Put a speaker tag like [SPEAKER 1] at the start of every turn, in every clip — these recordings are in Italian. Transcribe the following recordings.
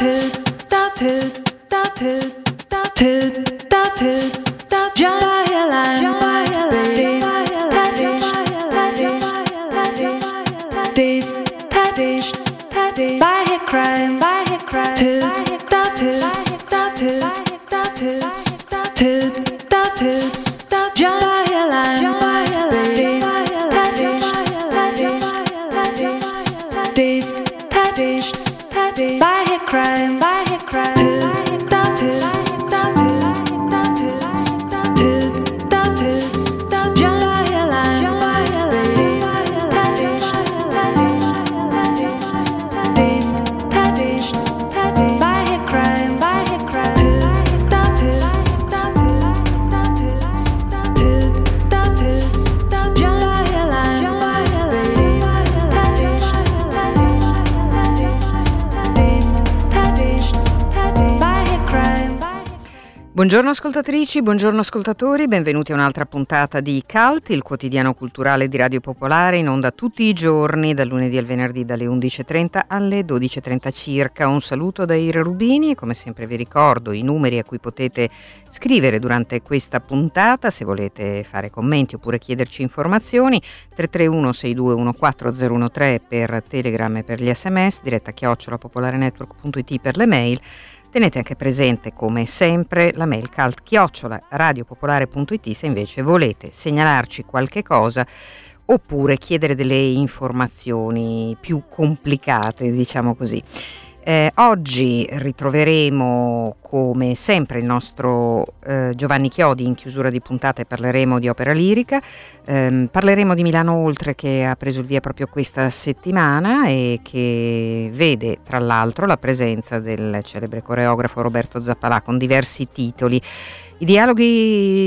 [SPEAKER 1] Buongiorno ascoltatrici, buongiorno ascoltatori, benvenuti a un'altra puntata di Cult, il quotidiano culturale di Radio Popolare, in onda tutti i giorni, dal lunedì al venerdì dalle 11.30 alle 12.30 circa. Un saluto da Ira Rubini e come sempre vi ricordo i numeri a cui potete scrivere durante questa puntata se volete fare commenti oppure chiederci informazioni: 331-6214013 per Telegram e per gli SMS, diretta @popolarenetwork.it per le mail. Tenete anche presente, come sempre, la mail cult@radiopopolare.it se invece volete segnalarci qualche cosa oppure chiedere delle informazioni più complicate, diciamo così. Oggi ritroveremo come sempre il nostro Giovanni Chiodi in chiusura di puntata e parleremo di opera lirica, parleremo di Milano Oltre, che ha preso il via proprio questa settimana e che vede tra l'altro la presenza del celebre coreografo Roberto Zappalà con diversi titoli. I dialoghi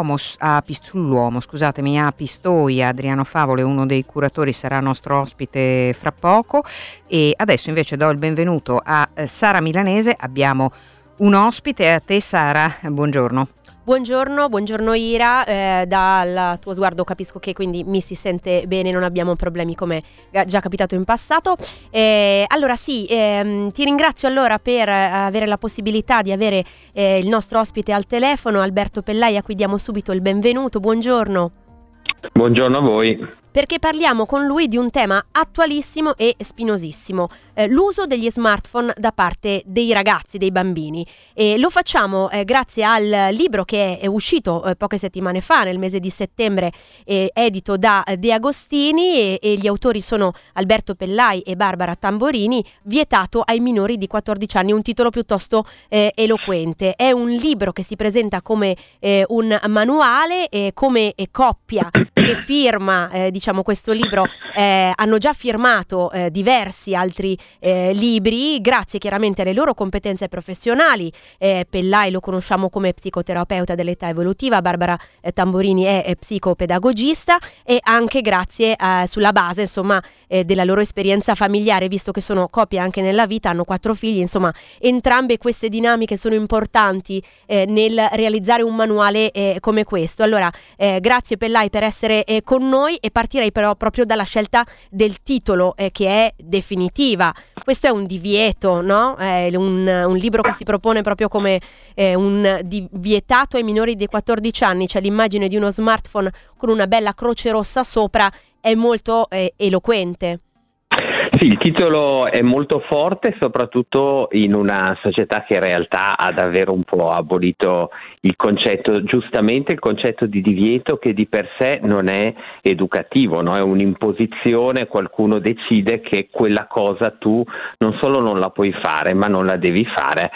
[SPEAKER 1] sull'uomo, a Pistoia. Adriano Favole, uno dei curatori, sarà nostro ospite fra poco, e adesso invece do il benvenuto a Sara Milanese. Abbiamo un ospite, a te Sara, buongiorno.
[SPEAKER 2] Buongiorno Ira, dal tuo sguardo capisco che quindi mi si sente bene, non abbiamo problemi come già capitato in passato. Allora sì, ti ringrazio allora per avere la possibilità di avere il nostro ospite al telefono, Alberto Pellai, a cui diamo subito il benvenuto. Buongiorno.
[SPEAKER 3] Buongiorno a voi.
[SPEAKER 2] Perché parliamo con lui di un tema attualissimo e spinosissimo, l'uso degli smartphone da parte dei ragazzi, dei bambini. E lo facciamo grazie al libro che è uscito poche settimane fa, nel mese di settembre, edito da De Agostini, e gli autori sono Alberto Pellai e Barbara Tamborini, Vietato ai minori di 14 anni, un titolo piuttosto eloquente. È un libro che si presenta come un manuale, come coppia che firma questo libro. Hanno già firmato diversi altri libri grazie chiaramente alle loro competenze professionali. Pellai lo conosciamo come psicoterapeuta dell'età evolutiva, Barbara Tamborini è psicopedagogista, e anche grazie sulla base insomma della loro esperienza familiare, visto che sono coppie anche nella vita, hanno 4 figli, insomma entrambe queste dinamiche sono importanti nel realizzare un manuale come questo. Allora grazie Pellai per essere con noi, e partirei però proprio dalla scelta del titolo che è definitiva. Questo è un divieto, no? È un libro che si propone proprio come un vietato ai minori di 14 anni. C'è l'immagine di uno smartphone con una bella croce rossa sopra, è molto eloquente.
[SPEAKER 3] Sì, il titolo è molto forte, soprattutto in una società che in realtà ha davvero un po' abolito il concetto, giustamente il concetto di divieto, che di per sé non è educativo, no? È un'imposizione, qualcuno decide che quella cosa tu non solo non la puoi fare, ma non la devi fare.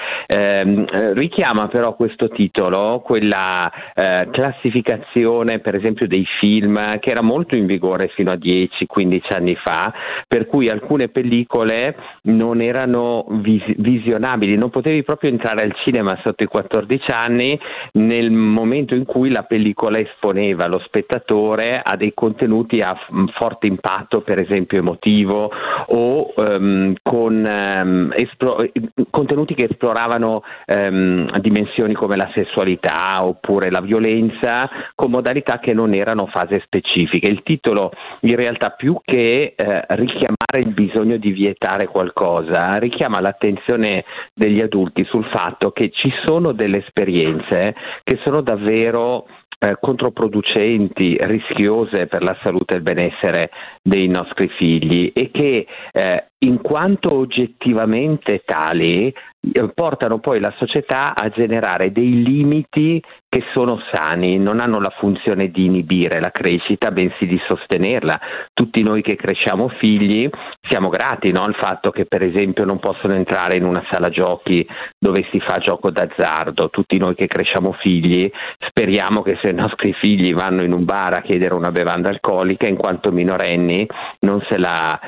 [SPEAKER 3] Richiama però questo titolo quella classificazione, per esempio, dei film, che era molto in vigore fino a 10-15 anni fa, per cui alcune pellicole non erano visionabili, non potevi proprio entrare al cinema sotto i 14 anni nel momento in cui la pellicola esponeva lo spettatore a dei contenuti a forte impatto, per esempio emotivo, o contenuti che esploravano dimensioni come la sessualità oppure la violenza, con modalità che non erano fase specifiche. Il titolo in realtà, più che richiamare il bisogno di vietare qualcosa richiama l'attenzione degli adulti sul fatto che ci sono delle esperienze che sono davvero controproducenti, rischiose per la salute e il benessere dei nostri figli e che in quanto oggettivamente tali portano poi la società a generare dei limiti che sono sani, non hanno la funzione di inibire la crescita, bensì di sostenerla. Tutti noi che cresciamo figli siamo grati, no, al fatto che per esempio non possono entrare in una sala giochi dove si fa gioco d'azzardo. Tutti noi che cresciamo figli speriamo che se i nostri figli vanno in un bar a chiedere una bevanda alcolica, in quanto minorenni non se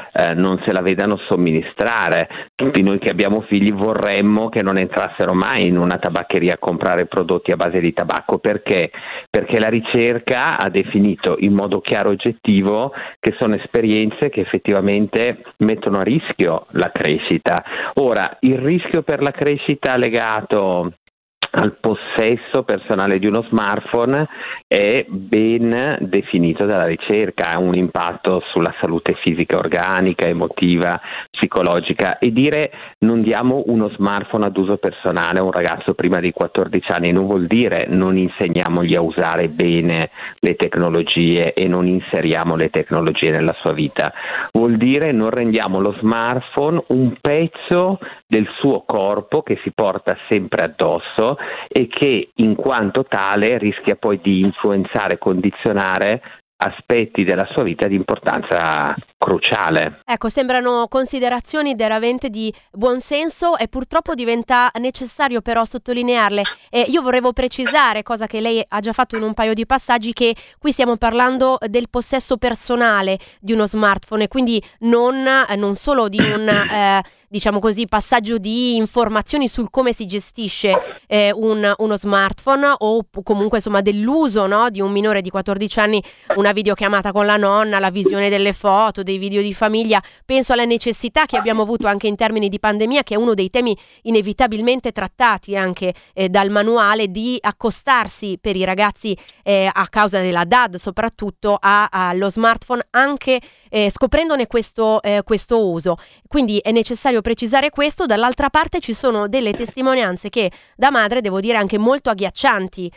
[SPEAKER 3] la vedano somministrare. Tutti noi che abbiamo figli vorremmo che non entrassero mai in una tabaccheria a comprare prodotti a base di tabacco. Perché? Perché la ricerca ha definito in modo chiaro e oggettivo che sono esperienze che effettivamente mettono a rischio la crescita. Ora, il rischio per la crescita legato al possesso personale di uno smartphone è ben definito dalla ricerca, ha un impatto sulla salute fisica organica, emotiva, psicologica, e dire non diamo uno smartphone ad uso personale a un ragazzo prima di 14 anni non vuol dire non insegniamogli a usare bene le tecnologie e non inseriamo le tecnologie nella sua vita, vuol dire non rendiamo lo smartphone un pezzo del suo corpo che si porta sempre addosso e che in quanto tale rischia poi di influenzare, condizionare aspetti della sua vita di importanza cruciale.
[SPEAKER 2] Ecco, sembrano considerazioni veramente di buon senso e purtroppo diventa necessario però sottolinearle. Io volevo precisare, cosa che lei ha già fatto in un paio di passaggi, che qui stiamo parlando del possesso personale di uno smartphone e quindi non solo di un diciamo così, passaggio di informazioni sul come si gestisce uno smartphone o comunque insomma dell'uso, no, di un minore di 14 anni, una videochiamata con la nonna, la visione delle foto, dei video di famiglia. Penso alla necessità che abbiamo avuto anche in termini di pandemia, che è uno dei temi inevitabilmente trattati anche dal manuale, di accostarsi per i ragazzi a causa della DAD soprattutto allo smartphone, anche scoprendone questo uso. Quindi è necessario precisare questo. Dall'altra parte ci sono delle testimonianze che da madre devo dire anche molto agghiaccianti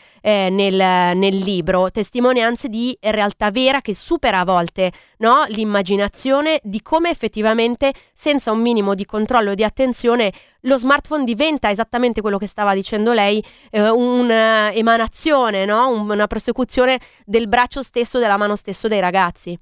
[SPEAKER 2] nel libro, testimonianze di realtà vera che supera a volte, no, l'immaginazione di come effettivamente senza un minimo di controllo e di attenzione lo smartphone diventa esattamente quello che stava dicendo lei, un'emanazione, no? Una prosecuzione del braccio stesso, della mano stesso dei ragazzi.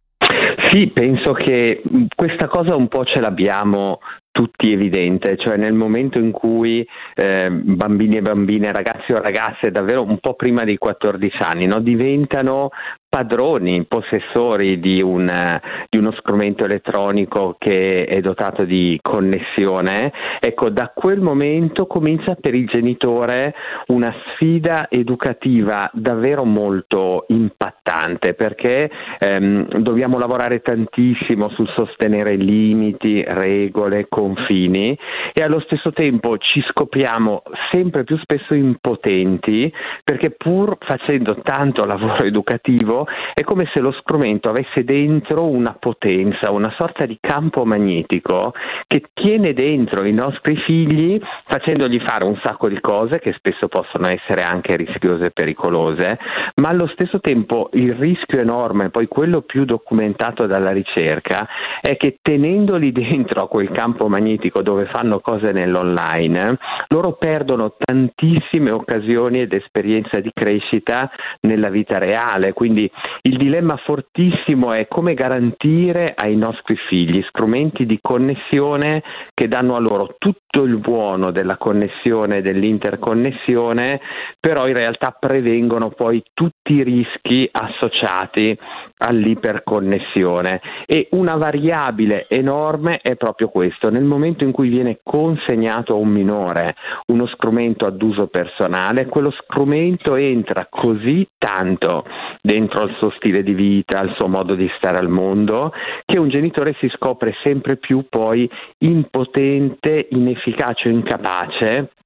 [SPEAKER 3] Sì, penso che questa cosa un po' ce l'abbiamo tutti evidente, cioè nel momento in cui bambini e bambine, ragazzi o ragazze davvero un po' prima dei 14 anni, no, diventano padroni, possessori di uno strumento elettronico che è dotato di connessione, ecco, da quel momento comincia per il genitore una sfida educativa davvero molto impattante, perché dobbiamo lavorare tantissimo sul sostenere limiti, regole, confini, e allo stesso tempo ci scopriamo sempre più spesso impotenti, perché pur facendo tanto lavoro educativo è come se lo strumento avesse dentro una potenza, una sorta di campo magnetico che tiene dentro i nostri figli, facendogli fare un sacco di cose che spesso possono essere anche rischiose e pericolose, ma allo stesso tempo il rischio enorme, poi quello più documentato dalla ricerca, è che tenendoli dentro a quel campo magnetico dove fanno cose nell'online, loro perdono tantissime occasioni ed esperienza di crescita nella vita reale. Quindi il dilemma fortissimo è come garantire ai nostri figli strumenti di connessione che danno a loro tutto il buono della connessione e dell'interconnessione, però in realtà prevengono poi tutti i rischi associati all'iperconnessione. E una variabile enorme è proprio questo: nel momento in cui viene consegnato a un minore uno strumento ad uso personale, quello strumento entra così tanto dentro al suo stile di vita, al suo modo di stare al mondo, che un genitore si scopre sempre più poi impotente, inefficace, incapace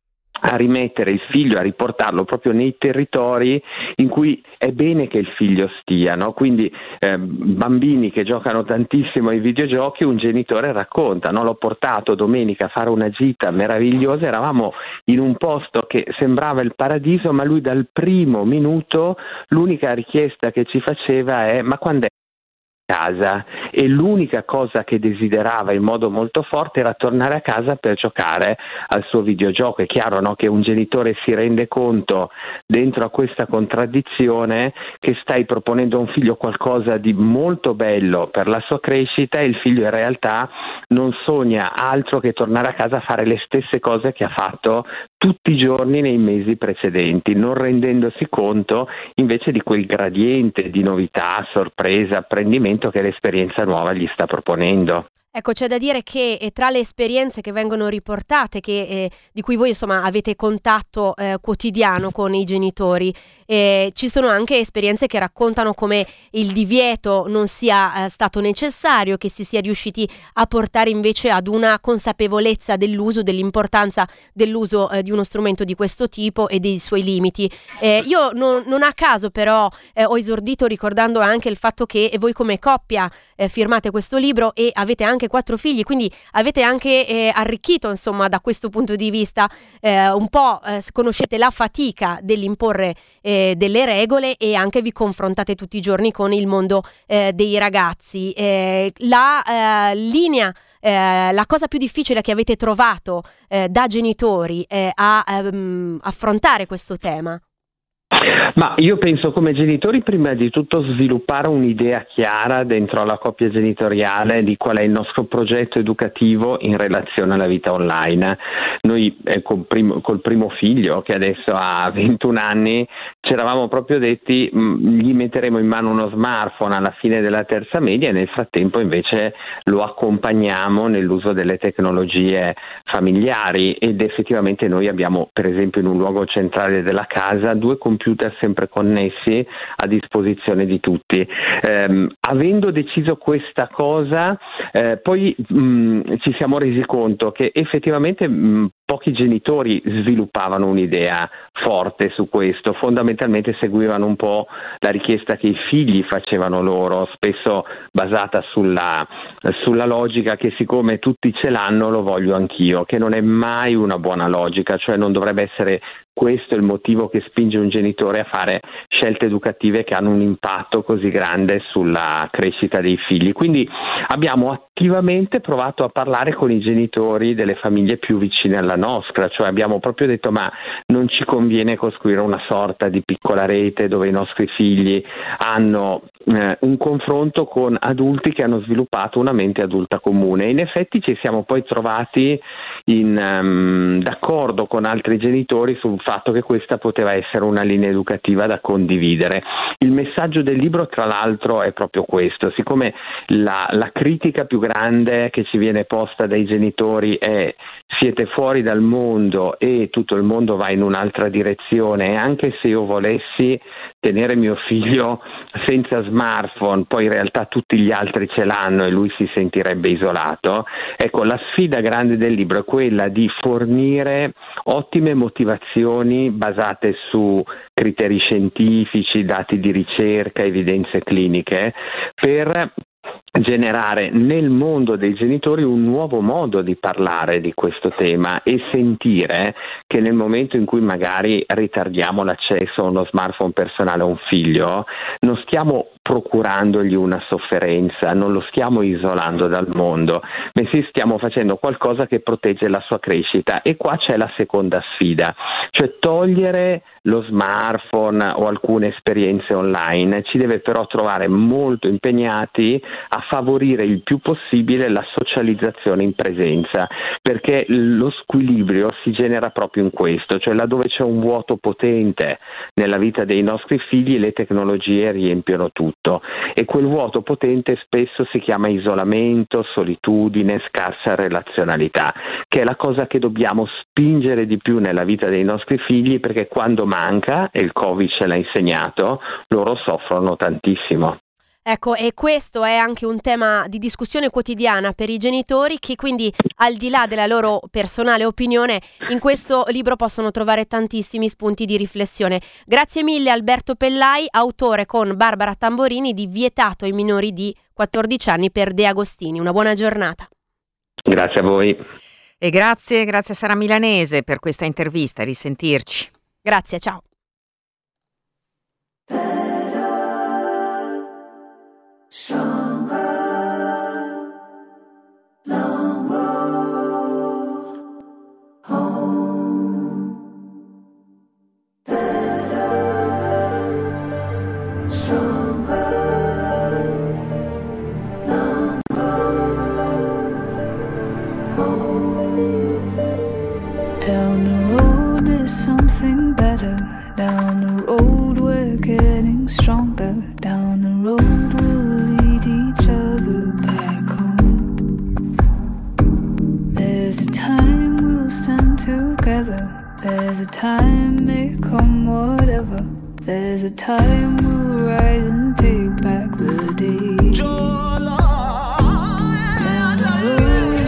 [SPEAKER 3] a rimettere il figlio, a riportarlo proprio nei territori in cui è bene che il figlio stia, no? Quindi bambini che giocano tantissimo ai videogiochi, un genitore racconta, no? L'ho portato domenica a fare una gita meravigliosa, eravamo in un posto che sembrava il paradiso, ma lui dal primo minuto l'unica richiesta che ci faceva è: ma quando è casa? E l'unica cosa che desiderava in modo molto forte era tornare a casa per giocare al suo videogioco. È chiaro, no, che un genitore si rende conto dentro a questa contraddizione che stai proponendo a un figlio qualcosa di molto bello per la sua crescita e il figlio in realtà non sogna altro che tornare a casa a fare le stesse cose che ha fatto tutti i giorni nei mesi precedenti, non rendendosi conto invece di quel gradiente di novità, sorpresa, apprendimento che l'esperienza nuova gli sta proponendo.
[SPEAKER 2] Ecco, c'è da dire che tra le esperienze che vengono riportate, di cui voi insomma avete contatto quotidiano con i genitori, ci sono anche esperienze che raccontano come il divieto non sia stato necessario, che si sia riusciti a portare invece ad una consapevolezza dell'uso, dell'importanza dell'uso di uno strumento di questo tipo e dei suoi limiti. Io non a caso però ho esordito ricordando anche il fatto che voi come coppia firmate questo libro e avete anche 4 figli, quindi avete anche arricchito insomma da questo punto di vista un po', conoscete la fatica dell'imporre delle regole e anche vi confrontate tutti i giorni con il mondo dei ragazzi. La linea, la cosa più difficile che avete trovato da genitori a affrontare questo tema?
[SPEAKER 3] Ma io penso come genitori prima di tutto sviluppare un'idea chiara dentro alla coppia genitoriale di qual è il nostro progetto educativo in relazione alla vita online. Noi col primo figlio, che adesso ha 21 anni, ci eravamo proprio detti gli metteremo in mano uno smartphone alla fine della terza media e nel frattempo invece lo accompagniamo nell'uso delle tecnologie familiari, ed effettivamente noi abbiamo per esempio in un luogo centrale della casa 2 computer sempre connessi a disposizione di tutti. Avendo deciso questa cosa, poi ci siamo resi conto che effettivamente pochi genitori sviluppavano un'idea forte su questo, fondamentalmente seguivano un po' la richiesta che i figli facevano loro, spesso basata sulla logica che siccome tutti ce l'hanno lo voglio anch'io, che non è mai una buona logica, cioè non dovrebbe essere questo il motivo che spinge un genitore a fare scelte educative che hanno un impatto così grande sulla crescita dei figli. Quindi abbiamo attivamente provato a parlare con i genitori delle famiglie più vicine alla nostra, cioè abbiamo proprio detto ma non ci conviene costruire una sorta di piccola rete dove i nostri figli hanno un confronto con adulti che hanno sviluppato una mente adulta comune. In effetti ci siamo poi trovati d'accordo con altri genitori sul fatto che questa poteva essere una linea educativa da condividere. Il messaggio del libro tra l'altro è proprio questo: siccome la critica più grande che ci viene posta dai genitori è siete fuori dal mondo e tutto il mondo va in un'altra direzione, e anche se io volessi tenere mio figlio senza smartphone, poi in realtà tutti gli altri ce l'hanno e lui si sentirebbe isolato. Ecco, la sfida grande del libro è quella di fornire ottime motivazioni basate su criteri scientifici, dati di ricerca, evidenze cliniche, per generare nel mondo dei genitori un nuovo modo di parlare di questo tema e sentire che nel momento in cui magari ritardiamo l'accesso a uno smartphone personale a un figlio, non stiamo procurandogli una sofferenza, non lo stiamo isolando dal mondo, bensì stiamo facendo qualcosa che protegge la sua crescita. E qua c'è la seconda sfida, cioè togliere lo smartphone o alcune esperienze online ci deve però trovare molto impegnati a favorire il più possibile la socializzazione in presenza, perché lo squilibrio si genera proprio in questo, cioè laddove c'è un vuoto potente nella vita dei nostri figli le tecnologie riempiono tutto, e quel vuoto potente spesso si chiama isolamento, solitudine, scarsa relazionalità, che è la cosa che dobbiamo spingere di più nella vita dei nostri figli, perché quando manca, e il Covid ce l'ha insegnato, loro soffrono tantissimo.
[SPEAKER 2] Ecco, e questo è anche un tema di discussione quotidiana per i genitori, che quindi, al di là della loro personale opinione, in questo libro possono trovare tantissimi spunti di riflessione. Grazie mille Alberto Pellai, autore con Barbara Tamborini di Vietato ai minori di 14 anni per De Agostini. Una buona giornata.
[SPEAKER 3] Grazie a voi.
[SPEAKER 1] E grazie a Sara Milanese per questa intervista, risentirci.
[SPEAKER 2] Grazie, ciao.
[SPEAKER 4] Stronger, long road home. Better, stronger, long road home. Down the road there's something better. Down the road we're getting stronger. Down the road we'll lead each other back home. There's a time we'll stand together. There's a time may come whatever. There's a time we'll rise and take back the day. Down the road.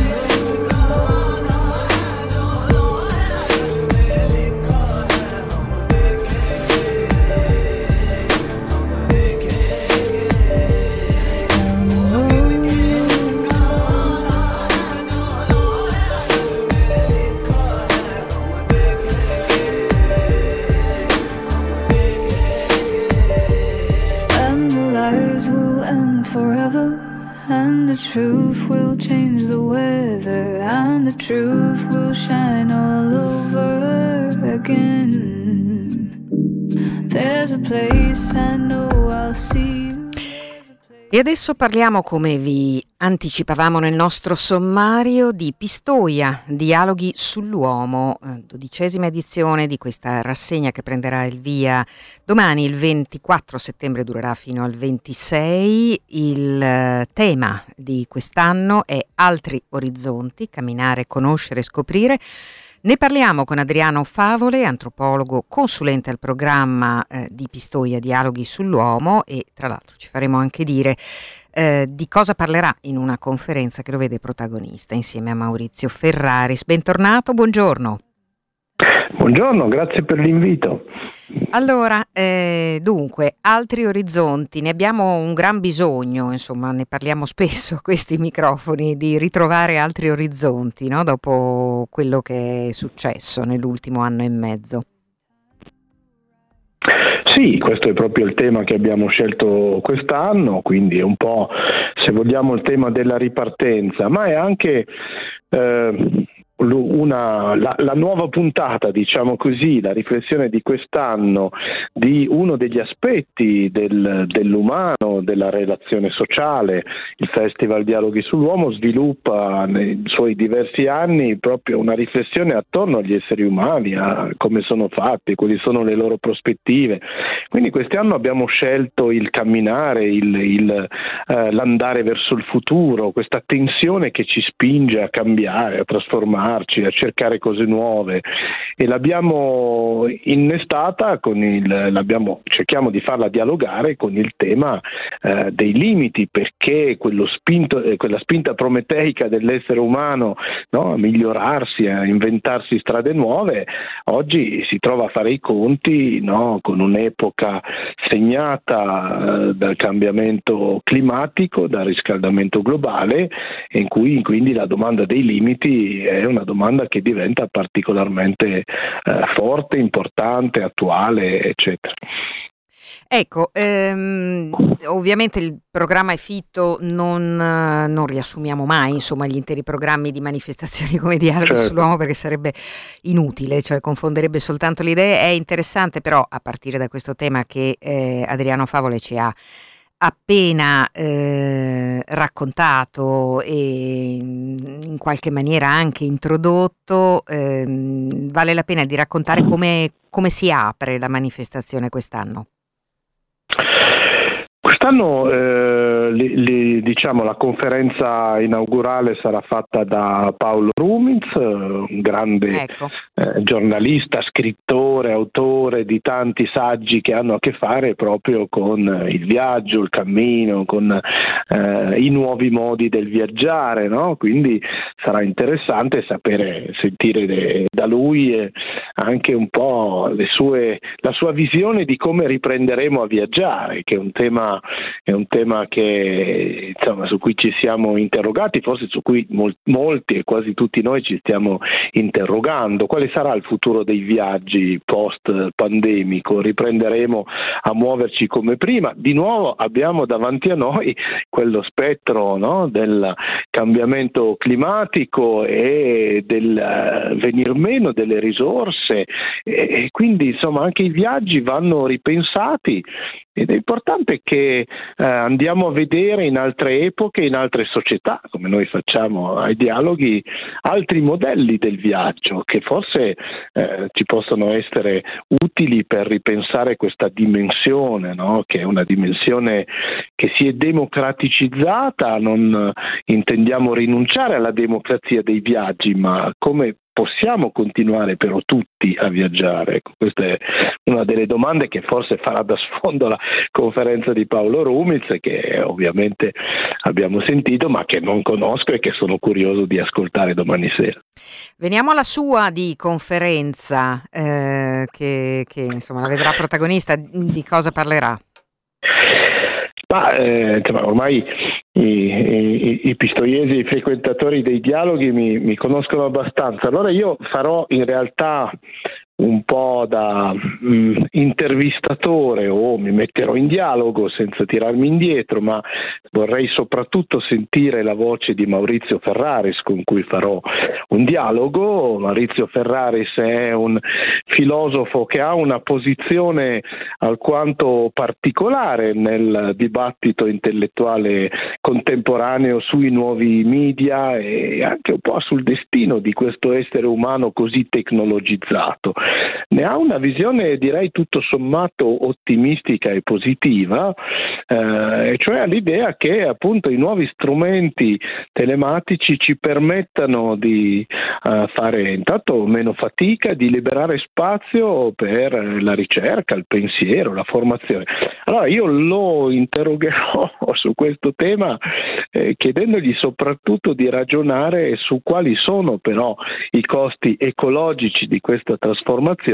[SPEAKER 4] Forever, and the truth will change the weather, and the truth will shine all over again. There's a place I know I'll see you.
[SPEAKER 1] E adesso parliamo, come vi anticipavamo nel nostro sommario, di Pistoia, dialoghi sull'uomo, 12ª edizione di questa rassegna che prenderà il via domani, il 24 settembre, durerà fino al 26. Il tema di quest'anno è Altri orizzonti, camminare, conoscere, scoprire. Ne parliamo con Adriano Favole, antropologo, consulente al programma di Pistoia Dialoghi sull'uomo, e tra l'altro ci faremo anche dire di cosa parlerà in una conferenza che lo vede protagonista insieme a Maurizio Ferraris. Bentornato, buongiorno.
[SPEAKER 5] Buongiorno, grazie per l'invito.
[SPEAKER 1] Allora, dunque, altri orizzonti, ne abbiamo un gran bisogno, insomma, ne parliamo spesso a questi microfoni, di ritrovare altri orizzonti, no? Dopo quello che è successo nell'ultimo anno e mezzo.
[SPEAKER 5] Sì, questo è proprio il tema che abbiamo scelto quest'anno, quindi è un po', se vogliamo, il tema della ripartenza, ma è anche la nuova puntata, diciamo così, la riflessione di quest'anno di uno degli aspetti dell'umano, della relazione sociale. Il Festival Dialoghi sull'uomo sviluppa nei suoi diversi anni proprio una riflessione attorno agli esseri umani, a come sono fatti, quali sono le loro prospettive. Quindi quest'anno abbiamo scelto il camminare, l'andare verso il futuro, questa tensione che ci spinge a cambiare, a trasformarci, a cercare cose nuove, e l'abbiamo innestata cerchiamo di farla dialogare con il tema dei limiti, perché quella spinta prometeica dell'essere umano, no, a migliorarsi, a inventarsi strade nuove, oggi si trova a fare i conti, no, con un'epoca segnata dal cambiamento climatico, dal riscaldamento globale, in cui quindi la domanda dei limiti è una domanda che diventa particolarmente forte, importante, attuale, eccetera.
[SPEAKER 1] Ecco, ovviamente il programma è fitto, non riassumiamo mai, insomma, gli interi programmi di manifestazioni come Dialoghi
[SPEAKER 5] Certo.
[SPEAKER 1] sull'uomo, perché sarebbe inutile, cioè confonderebbe soltanto le idee. È interessante però, a partire da questo tema che Adriano Favole ci ha appena raccontato e in qualche maniera anche introdotto, vale la pena di raccontare come si apre la manifestazione quest'anno.
[SPEAKER 5] Quest'anno diciamo, la conferenza inaugurale sarà fatta da Paolo Rumiz, un grande giornalista, scrittore, autore di tanti saggi che hanno a che fare proprio con il viaggio, il cammino, con i nuovi modi del viaggiare, no? Quindi sarà interessante sentire da lui anche un po' la sua visione di come riprenderemo a viaggiare, che è un tema che, insomma, su cui ci siamo interrogati, forse su cui molti e quasi tutti noi ci stiamo interrogando. Quale sarà il futuro dei viaggi post pandemico? Riprenderemo a muoverci come prima? Di nuovo abbiamo davanti a noi quello spettro, no, del cambiamento climatico e del venir meno delle risorse, e quindi insomma anche i viaggi vanno ripensati, ed è importante che andiamo a vedere in altre epoche, in altre società, come noi facciamo ai dialoghi, altri modelli del viaggio che forse ci possono essere utili per ripensare questa dimensione, no? Che è una dimensione che si è democraticizzata. Non intendiamo rinunciare alla democrazia dei viaggi, ma come possiamo continuare però tutti a viaggiare? Ecco, questa è una delle domande che forse farà da sfondo la conferenza di Paolo Rumiz, che ovviamente abbiamo sentito ma che non conosco e che sono curioso di ascoltare domani sera.
[SPEAKER 1] Veniamo alla sua di conferenza, che insomma la vedrà protagonista. Di cosa parlerà?
[SPEAKER 5] Ormai i pistoiesi, i frequentatori dei dialoghi mi conoscono abbastanza, allora io farò in realtà un po' da intervistatore, o mi metterò in dialogo senza tirarmi indietro, ma vorrei soprattutto sentire la voce di Maurizio Ferraris, con cui farò un dialogo. Maurizio Ferraris è un filosofo che ha una posizione alquanto particolare nel dibattito intellettuale contemporaneo sui nuovi media e anche un po' sul destino di questo essere umano così tecnologizzato. Ne ha una visione, direi, tutto sommato ottimistica e positiva, cioè all'idea che appunto i nuovi strumenti telematici ci permettano di fare intanto meno fatica, di liberare spazio per la ricerca, il pensiero, la formazione. Allora io lo interrogherò su questo tema, chiedendogli soprattutto di ragionare su quali sono però i costi ecologici di questa trasformazione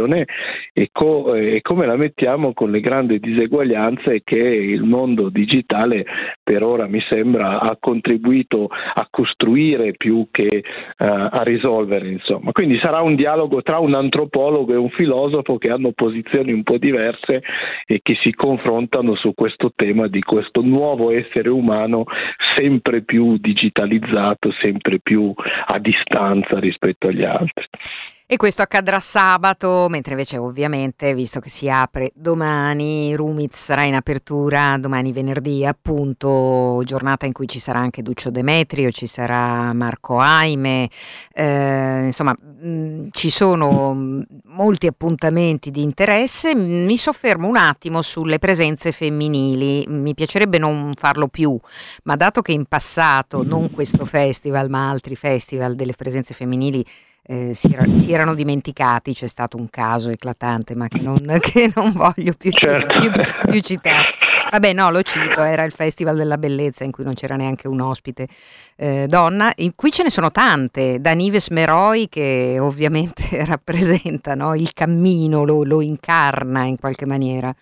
[SPEAKER 5] e come la mettiamo con le grandi diseguaglianze che il mondo digitale per ora mi sembra ha contribuito a costruire più che a risolvere, insomma. Quindi sarà un dialogo tra un antropologo e un filosofo che hanno posizioni un po' diverse e che si confrontano su questo tema di questo nuovo essere umano sempre più digitalizzato, sempre più a distanza rispetto agli altri.
[SPEAKER 1] E questo accadrà sabato, mentre invece ovviamente, visto che si apre domani, Rumiz sarà in apertura domani venerdì, appunto, giornata in cui ci sarà anche Duccio Demetrio, ci sarà Marco Aime, insomma ci sono molti appuntamenti di interesse. Mi soffermo un attimo sulle presenze femminili, mi piacerebbe non farlo più, ma dato che in passato, non questo festival ma altri festival delle presenze femminili si erano dimenticati, c'è stato un caso eclatante ma che non voglio più citare. Vabbè, no, lo cito, era il Festival della Bellezza in cui non c'era neanche un ospite donna. Qui ce ne sono tante, da Nives Meroi, che ovviamente rappresenta, no, il cammino, lo incarna in qualche maniera.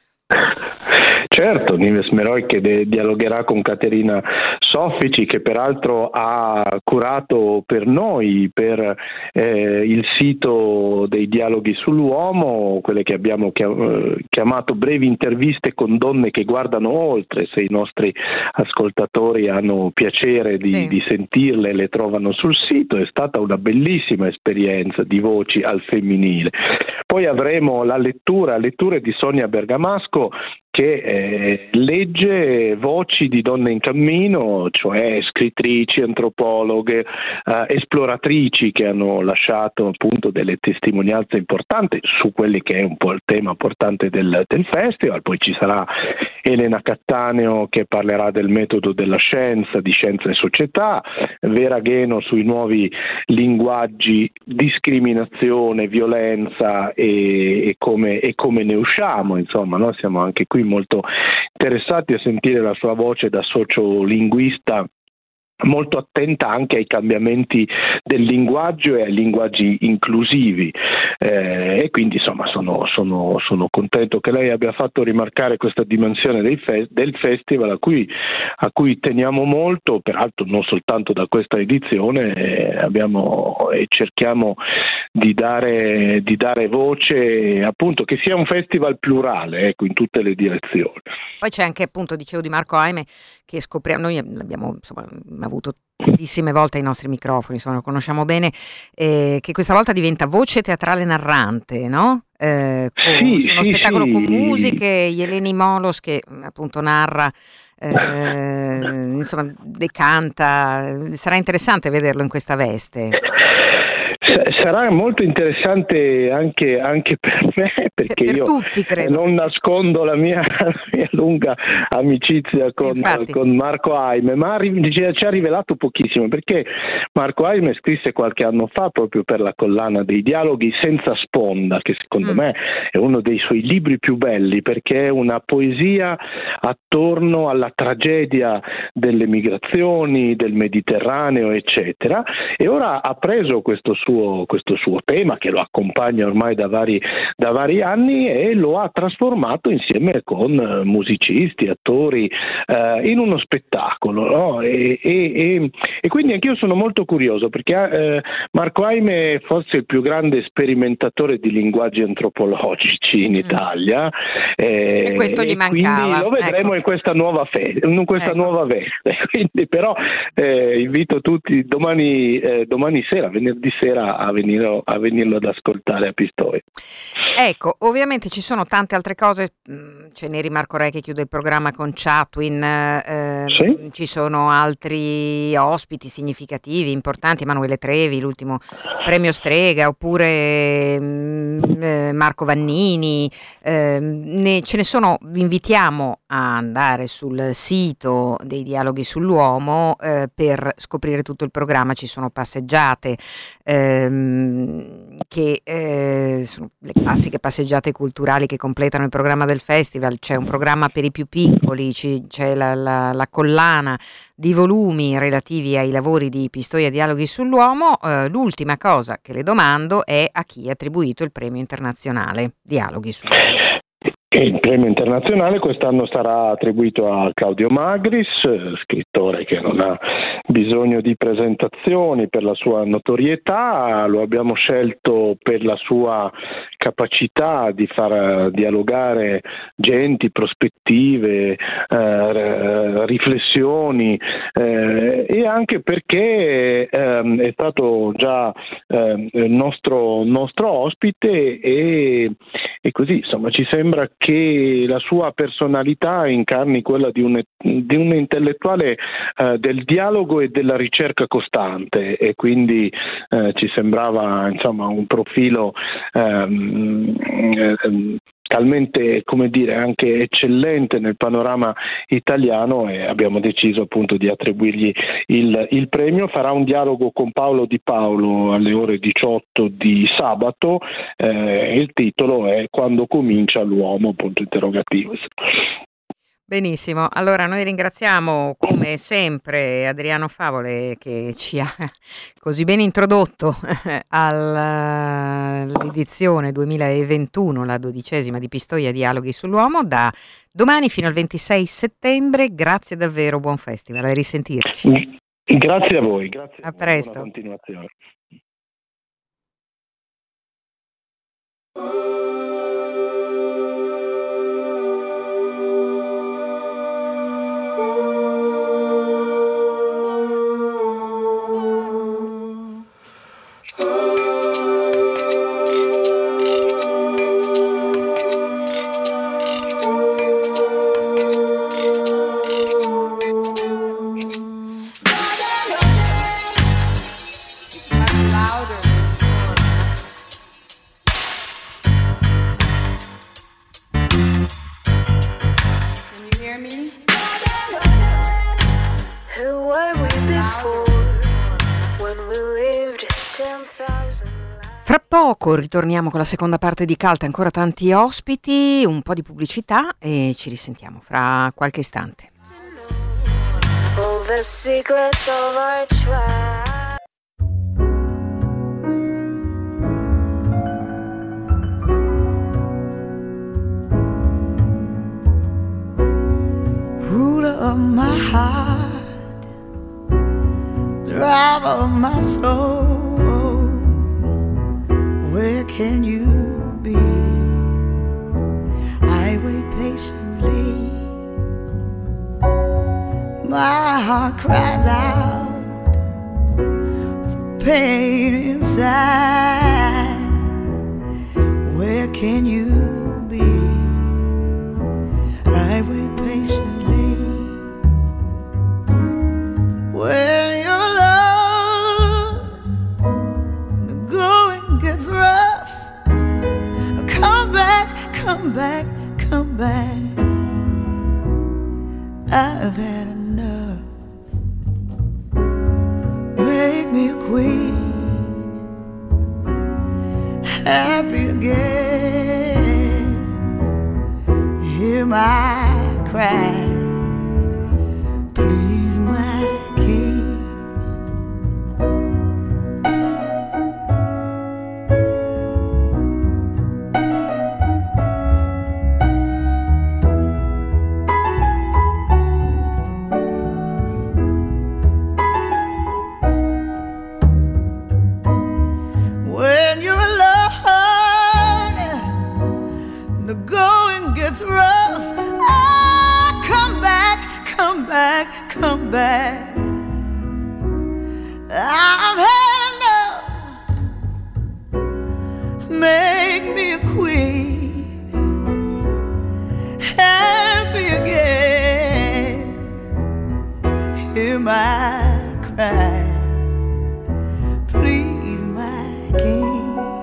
[SPEAKER 5] Certo, Nives Meroi che dialogherà con Caterina Soffici, che peraltro ha curato per noi, per il sito dei dialoghi sull'uomo, quelle che abbiamo chiamato brevi interviste con donne che guardano oltre. Se i nostri ascoltatori hanno piacere di sentirle, le trovano sul sito. È stata una bellissima esperienza di voci al femminile. Poi avremo letture di Sonia Bergamasco, che legge voci di donne in cammino, cioè scrittrici, antropologhe, esploratrici che hanno lasciato appunto delle testimonianze importanti su quelli che è un po' il tema importante del festival. Poi ci sarà Elena Cattaneo che parlerà del metodo della scienza, di scienza e società, Vera Gheno sui nuovi linguaggi, discriminazione, violenza e come ne usciamo, insomma, no? Siamo anche qui molto interessati a sentire la sua voce da sociolinguista, molto attenta anche ai cambiamenti del linguaggio e ai linguaggi inclusivi, e quindi insomma sono contento che lei abbia fatto rimarcare questa dimensione del festival a cui teniamo molto, peraltro non soltanto da questa edizione, abbiamo e cerchiamo di dare voce, appunto, che sia un festival plurale, ecco, in tutte le direzioni.
[SPEAKER 1] Poi c'è anche, appunto, dicevo, di Marco Aime, che scopriamo, noi l'abbiamo insomma avuto tantissime volte ai nostri microfoni, insomma, lo conosciamo bene, che questa volta diventa voce teatrale narrante, no? Su uno spettacolo con musiche, Eleni Molos che appunto narra, insomma, decanta. Sarà interessante vederlo in questa veste.
[SPEAKER 5] Sarà molto interessante anche per me, perché
[SPEAKER 1] per
[SPEAKER 5] io
[SPEAKER 1] tutti, credo.
[SPEAKER 5] Non nascondo la mia lunga amicizia con Marco Aime, ma ci ha rivelato pochissimo, perché Marco Aime scrisse qualche anno fa, proprio per la collana dei dialoghi, Senza sponda, che secondo me è uno dei suoi libri più belli, perché è una poesia attorno alla tragedia delle migrazioni, del Mediterraneo, eccetera, e ora ha preso questo suo tema, che lo accompagna ormai da vari anni, e lo ha trasformato insieme con musicisti, attori, in uno spettacolo, no? E quindi anch'io sono molto curioso, perché Marco Aime è forse il più grande sperimentatore di linguaggi antropologici in Italia,
[SPEAKER 1] e questo gli mancava.
[SPEAKER 5] Quindi lo vedremo, ecco, in questa nuova veste. Quindi, però invito tutti domani sera, venerdì sera, a venirlo ad ascoltare a Pistoia.
[SPEAKER 1] Ecco, ovviamente ci sono tante altre cose, c'è Neri Marco Re che chiude il programma con Chatwin,
[SPEAKER 5] Sì?
[SPEAKER 1] Ci sono altri ospiti significativi, importanti, Emanuele Trevi, l'ultimo premio Strega, oppure Marco Vannini, ce ne sono. Vi invitiamo a andare sul sito dei Dialoghi sull'Uomo per scoprire tutto il programma. Ci sono passeggiate che sono le classiche passeggiate culturali che completano il programma del festival. C'è un programma per i più piccoli, c'è la collana di volumi relativi ai lavori di Pistoia Dialoghi sull'Uomo. L'ultima cosa che le domando è a chi è attribuito il premio internazionale Dialoghi sull'Uomo.
[SPEAKER 5] Il premio internazionale quest'anno sarà attribuito a Claudio Magris, scrittore che non ha bisogno di presentazioni per la sua notorietà. Lo abbiamo scelto per la sua capacità di far dialogare genti, prospettive, riflessioni, e anche perché è stato già nostro ospite, e così insomma ci sembra che la sua personalità incarni quella di un intellettuale del dialogo e della ricerca costante, e quindi ci sembrava insomma un profilo talmente, come dire, anche eccellente nel panorama italiano, e abbiamo deciso appunto di attribuirgli il premio. Farà un dialogo con Paolo Di Paolo alle ore 18 di sabato, il titolo è Quando comincia l'uomo, punto interrogativo.
[SPEAKER 1] Benissimo, allora noi ringraziamo come sempre Adriano Favole, che ci ha così ben introdotto all'edizione 2021, la 12ª di Pistoia Dialoghi sull'Uomo, da domani fino al 26 settembre. Grazie davvero, buon festival, a risentirci.
[SPEAKER 5] Grazie a voi, grazie.
[SPEAKER 1] A presto.
[SPEAKER 5] Buona continuazione.
[SPEAKER 4] Who were we before when we lived 10,000 lives?
[SPEAKER 1] Fra poco ritorniamo con la seconda parte di Cult, ancora tanti ospiti, un po' di pubblicità e ci risentiamo fra qualche istante.
[SPEAKER 4] All the secrets of our tribe.
[SPEAKER 6] Ruler of my heart, driver of my soul, where can you be? I wait patiently, my heart cries out for pain inside. Where can you be? I wait patiently. When you're alone, the going gets rough. Come back, come back, come back. I've had enough. Make me a queen, happy again. Hear my cry, please my king. When you're alone, the going gets rough. Oh, come back, come back, come back. I've had enough. Make me a queen, happy again. Hear my cry, please my king.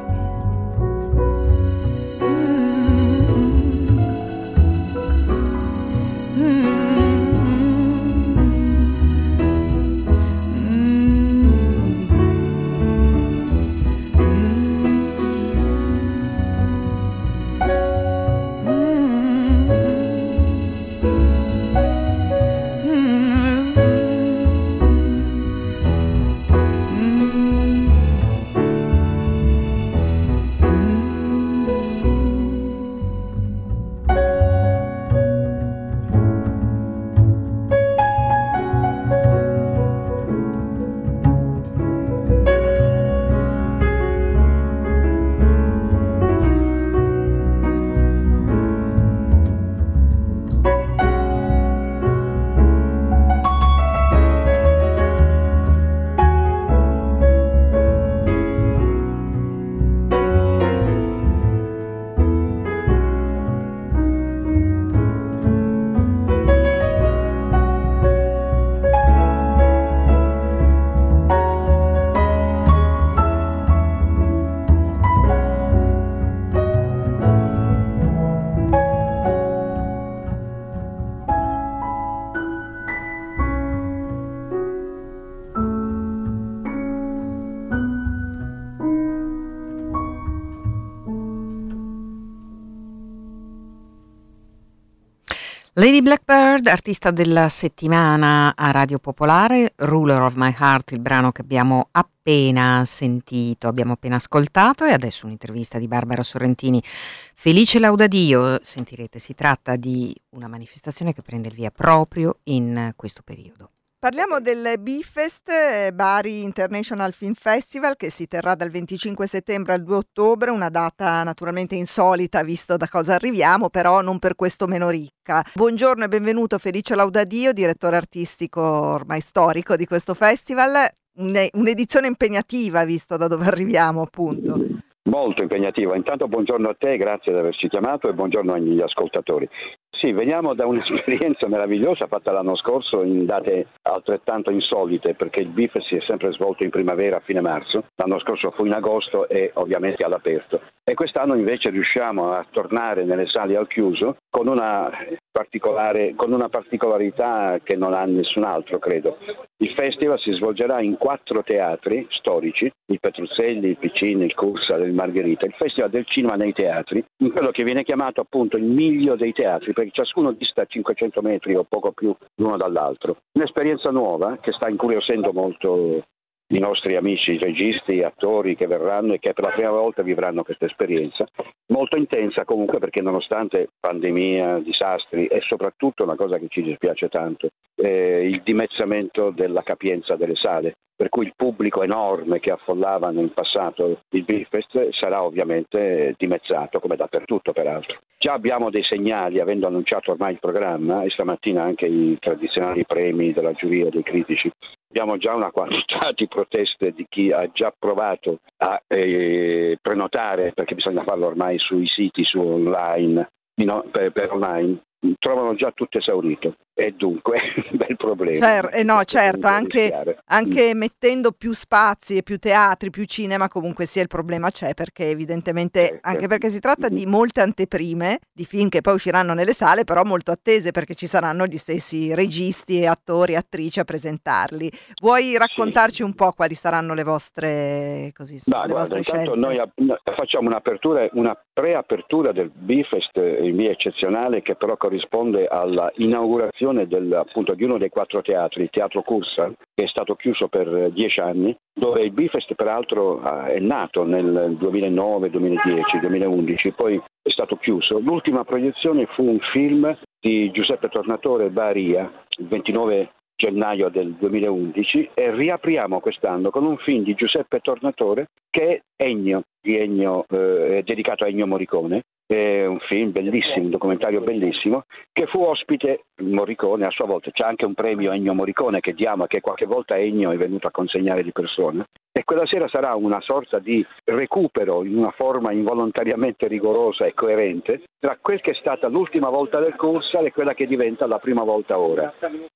[SPEAKER 1] Lady Blackbird, artista della settimana a Radio Popolare, Ruler of My Heart, il brano che abbiamo appena sentito, abbiamo appena ascoltato, e adesso un'intervista di Barbara Sorrentini. Felice Laudadio, sentirete, si tratta di una manifestazione che prende il via proprio in questo periodo.
[SPEAKER 7] Parliamo del Bifest, Bari International Film Festival, che si terrà dal 25 settembre al 2 ottobre, una data naturalmente insolita visto da cosa arriviamo, però non per questo meno ricca. Buongiorno e benvenuto Felice Laudadio, direttore artistico ormai storico di questo festival, un'edizione impegnativa visto da dove arriviamo appunto.
[SPEAKER 8] Molto impegnativo. Intanto buongiorno a te, grazie di averci chiamato e buongiorno agli ascoltatori. Sì, veniamo da un'esperienza meravigliosa fatta l'anno scorso in date altrettanto insolite, perché il BIF si è sempre svolto in primavera a fine marzo. L'anno scorso fu in agosto e ovviamente all'aperto. E quest'anno invece riusciamo a tornare nelle sale al chiuso con una particolarità che non ha nessun altro, credo. Il festival si svolgerà in 4 teatri storici, il Petruzzelli, il Piccinni, il Cursal, il Margherita, il Festival del Cinema nei teatri, in quello che viene chiamato appunto il miglio dei teatri, perché ciascuno dista 500 metri o poco più l'uno dall'altro. Un'esperienza nuova che sta incuriosendo molto i nostri amici registi, attori che verranno e che per la prima volta vivranno questa esperienza, molto intensa comunque, perché nonostante pandemia, disastri e soprattutto una cosa che ci dispiace tanto, il dimezzamento della capienza delle sale, per cui il pubblico enorme che affollavano in passato il Beefest sarà ovviamente dimezzato, come dappertutto peraltro. Già abbiamo dei segnali, avendo annunciato ormai il programma e stamattina anche i tradizionali premi della giuria dei critici. Abbiamo già una quantità di proteste di chi ha già provato a prenotare, perché bisogna farlo ormai sui siti, su online, per online. Trovano già tutto esaurito e dunque un bel problema.
[SPEAKER 7] Certo, anche mettendo più spazi e più teatri, più cinema, comunque sia il problema c'è, perché evidentemente, anche perché si tratta di molte anteprime di film che poi usciranno nelle sale, però molto attese, perché ci saranno gli stessi registi e attori e attrici a presentarli. Vuoi raccontarci un po' quali saranno le vostre scelte?
[SPEAKER 8] Noi facciamo una preapertura del Bifest in via eccezionale, che però corrisponde alla inaugurazione di uno dei 4 teatri, il Teatro Cursal, che è stato chiuso per 10 anni, dove il Bifest peraltro è nato nel 2009, 2010, 2011, poi è stato chiuso. L'ultima proiezione fu un film di Giuseppe Tornatore, Baria, il 29 gennaio del 2011, e riapriamo quest'anno con un film di Giuseppe Tornatore che è Ennio, dedicato a Ennio Morricone. È un film bellissimo, un documentario bellissimo, che fu ospite Morricone a sua volta. C'è anche un premio Ennio Morricone che diamo, che qualche volta Ennio è venuto a consegnare di persona. E quella sera sarà una sorta di recupero in una forma involontariamente rigorosa e coerente tra quel che è stata l'ultima volta del Cursal e quella che diventa la prima volta ora.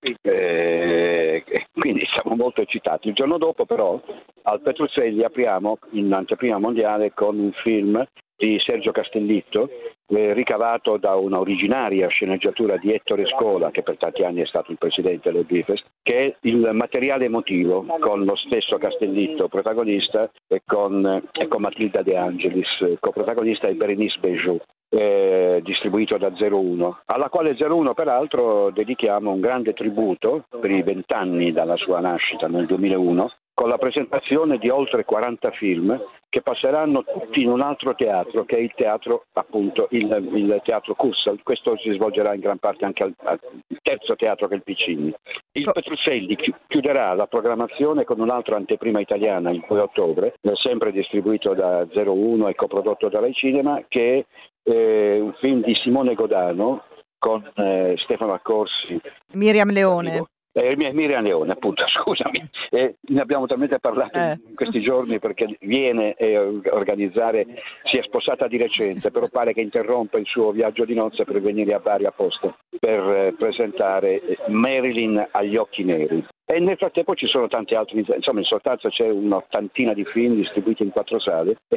[SPEAKER 8] Quindi siamo molto eccitati. Il giorno dopo però al Petruzzelli apriamo in anteprima mondiale con un film di Sergio Castellitto, ricavato da una originaria sceneggiatura di Ettore Scola, che per tanti anni è stato il presidente del Bifest, che è il materiale emotivo, con lo stesso Castellitto protagonista e con Matilda De Angelis coprotagonista, e Berenice Bejoux, distribuito da 01, alla quale 01 peraltro dedichiamo un grande tributo per i 20 anni dalla sua nascita nel 2001, con la presentazione di oltre 40 film che passeranno tutti in un altro teatro, che è il teatro, appunto, il Teatro Cursal. Questo si svolgerà in gran parte anche al terzo teatro, che è il Piccinni. Il Petruzzelli chiuderà la programmazione con un'altra anteprima italiana il 2 ottobre, sempre distribuito da 01 e coprodotto da Rai Cinema, che è un film di Simone Godano con Stefano Accorsi,
[SPEAKER 7] Miriam Leone.
[SPEAKER 8] Miriam Leone, appunto, scusami, ne abbiamo talmente parlato in questi giorni, perché viene a organizzare, si è sposata di recente, però pare che interrompa il suo viaggio di nozze per venire a Bari apposta per presentare Marilyn agli occhi neri. E nel frattempo ci sono tanti altri, insomma in sostanza c'è un'ottantina di film distribuiti in 4 sale e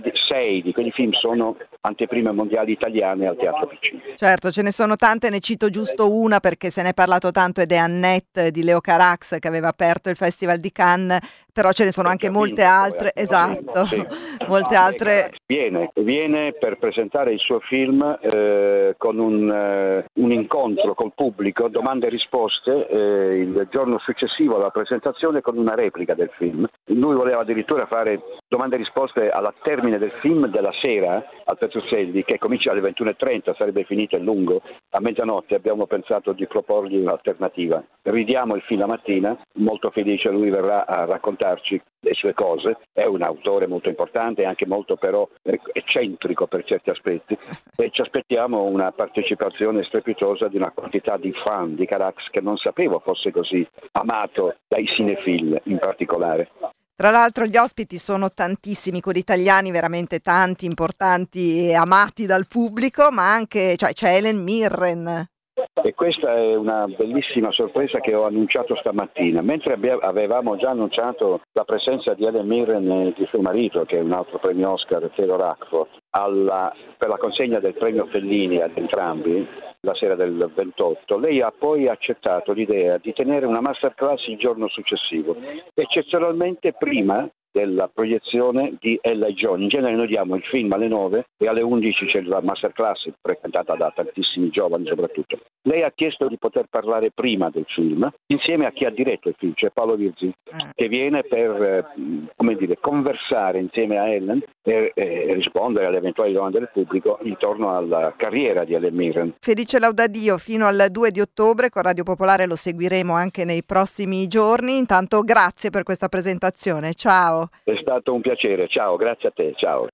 [SPEAKER 8] 6 di quei film sono anteprime mondiali italiane al Teatro Piccinni.
[SPEAKER 7] Certo, ce ne sono tante, ne cito giusto una perché se ne è parlato tanto, ed è Annette di Leo Carax, che aveva aperto il Festival di Cannes, però ce ne sono anche molte altre, esatto, sì. Molte altre.
[SPEAKER 8] Viene per presentare il suo film con un incontro col pubblico, domande e risposte, il giorno successivo alla presentazione, con una replica del film. Lui voleva addirittura fare domande e risposte alla termine del film della sera al Petruzzelli, che comincia alle 21:30, sarebbe finito a lungo, a mezzanotte. Abbiamo pensato di proporgli un'alternativa. Ridiamo il film la mattina, molto felice, lui verrà a raccontarci le sue cose. È un autore molto importante e anche molto però eccentrico per certi aspetti, e ci aspettiamo una partecipazione strepitosa di una quantità di fan di Carax che non sapevo fosse così amato dai cinefili in particolare.
[SPEAKER 7] Tra l'altro gli ospiti sono tantissimi, quelli italiani veramente tanti, importanti e amati dal pubblico, ma anche c'è Helen Mirren.
[SPEAKER 8] E questa è una bellissima sorpresa che ho annunciato stamattina. Mentre avevamo già annunciato la presenza di Helen Mirren e di suo marito, che è un altro premio Oscar, Taylor Hackford, per la consegna del premio Fellini ad entrambi, la sera del 28, lei ha poi accettato l'idea di tenere una masterclass il giorno successivo, eccezionalmente prima della proiezione di Ella e John. In genere noi diamo il film alle 9 e alle 11 c'è la masterclass frequentata da tantissimi giovani soprattutto. Lei ha chiesto di poter parlare prima del film insieme a chi ha diretto il film, cioè Paolo Virzì, che viene per conversare insieme a Ellen e rispondere alle eventuali domande del pubblico intorno alla carriera di Helen Mirren.
[SPEAKER 7] Felice Laudadio fino al 2 di ottobre, con Radio Popolare lo seguiremo anche nei prossimi giorni. Intanto grazie per questa presentazione, ciao.
[SPEAKER 8] È stato un piacere, ciao, grazie a te, ciao.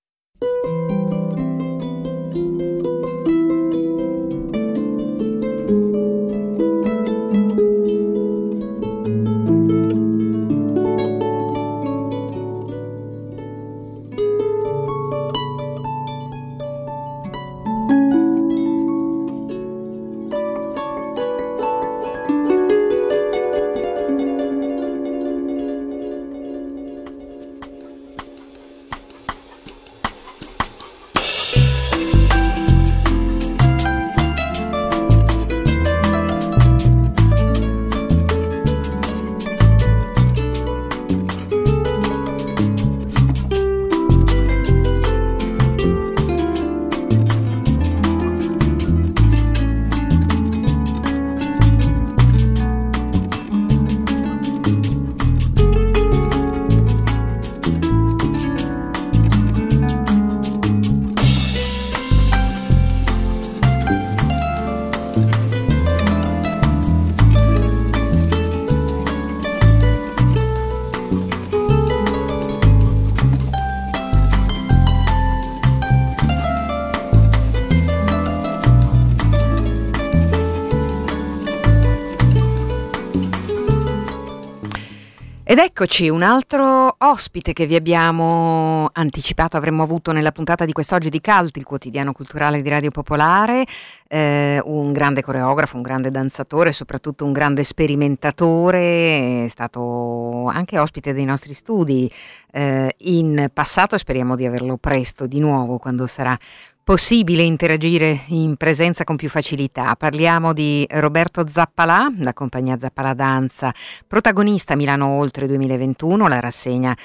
[SPEAKER 1] Ed eccoci, un altro ospite che vi abbiamo anticipato avremmo avuto nella puntata di quest'oggi di Cult, il quotidiano culturale di Radio Popolare, un grande coreografo, un grande danzatore, soprattutto un grande sperimentatore, è stato anche ospite dei nostri studi in passato e speriamo di averlo presto di nuovo quando sarà possibile interagire in presenza con più facilità. Parliamo di Roberto Zappalà, la compagnia Zappalà Danza, protagonista Milano Oltre 2021, la rassegna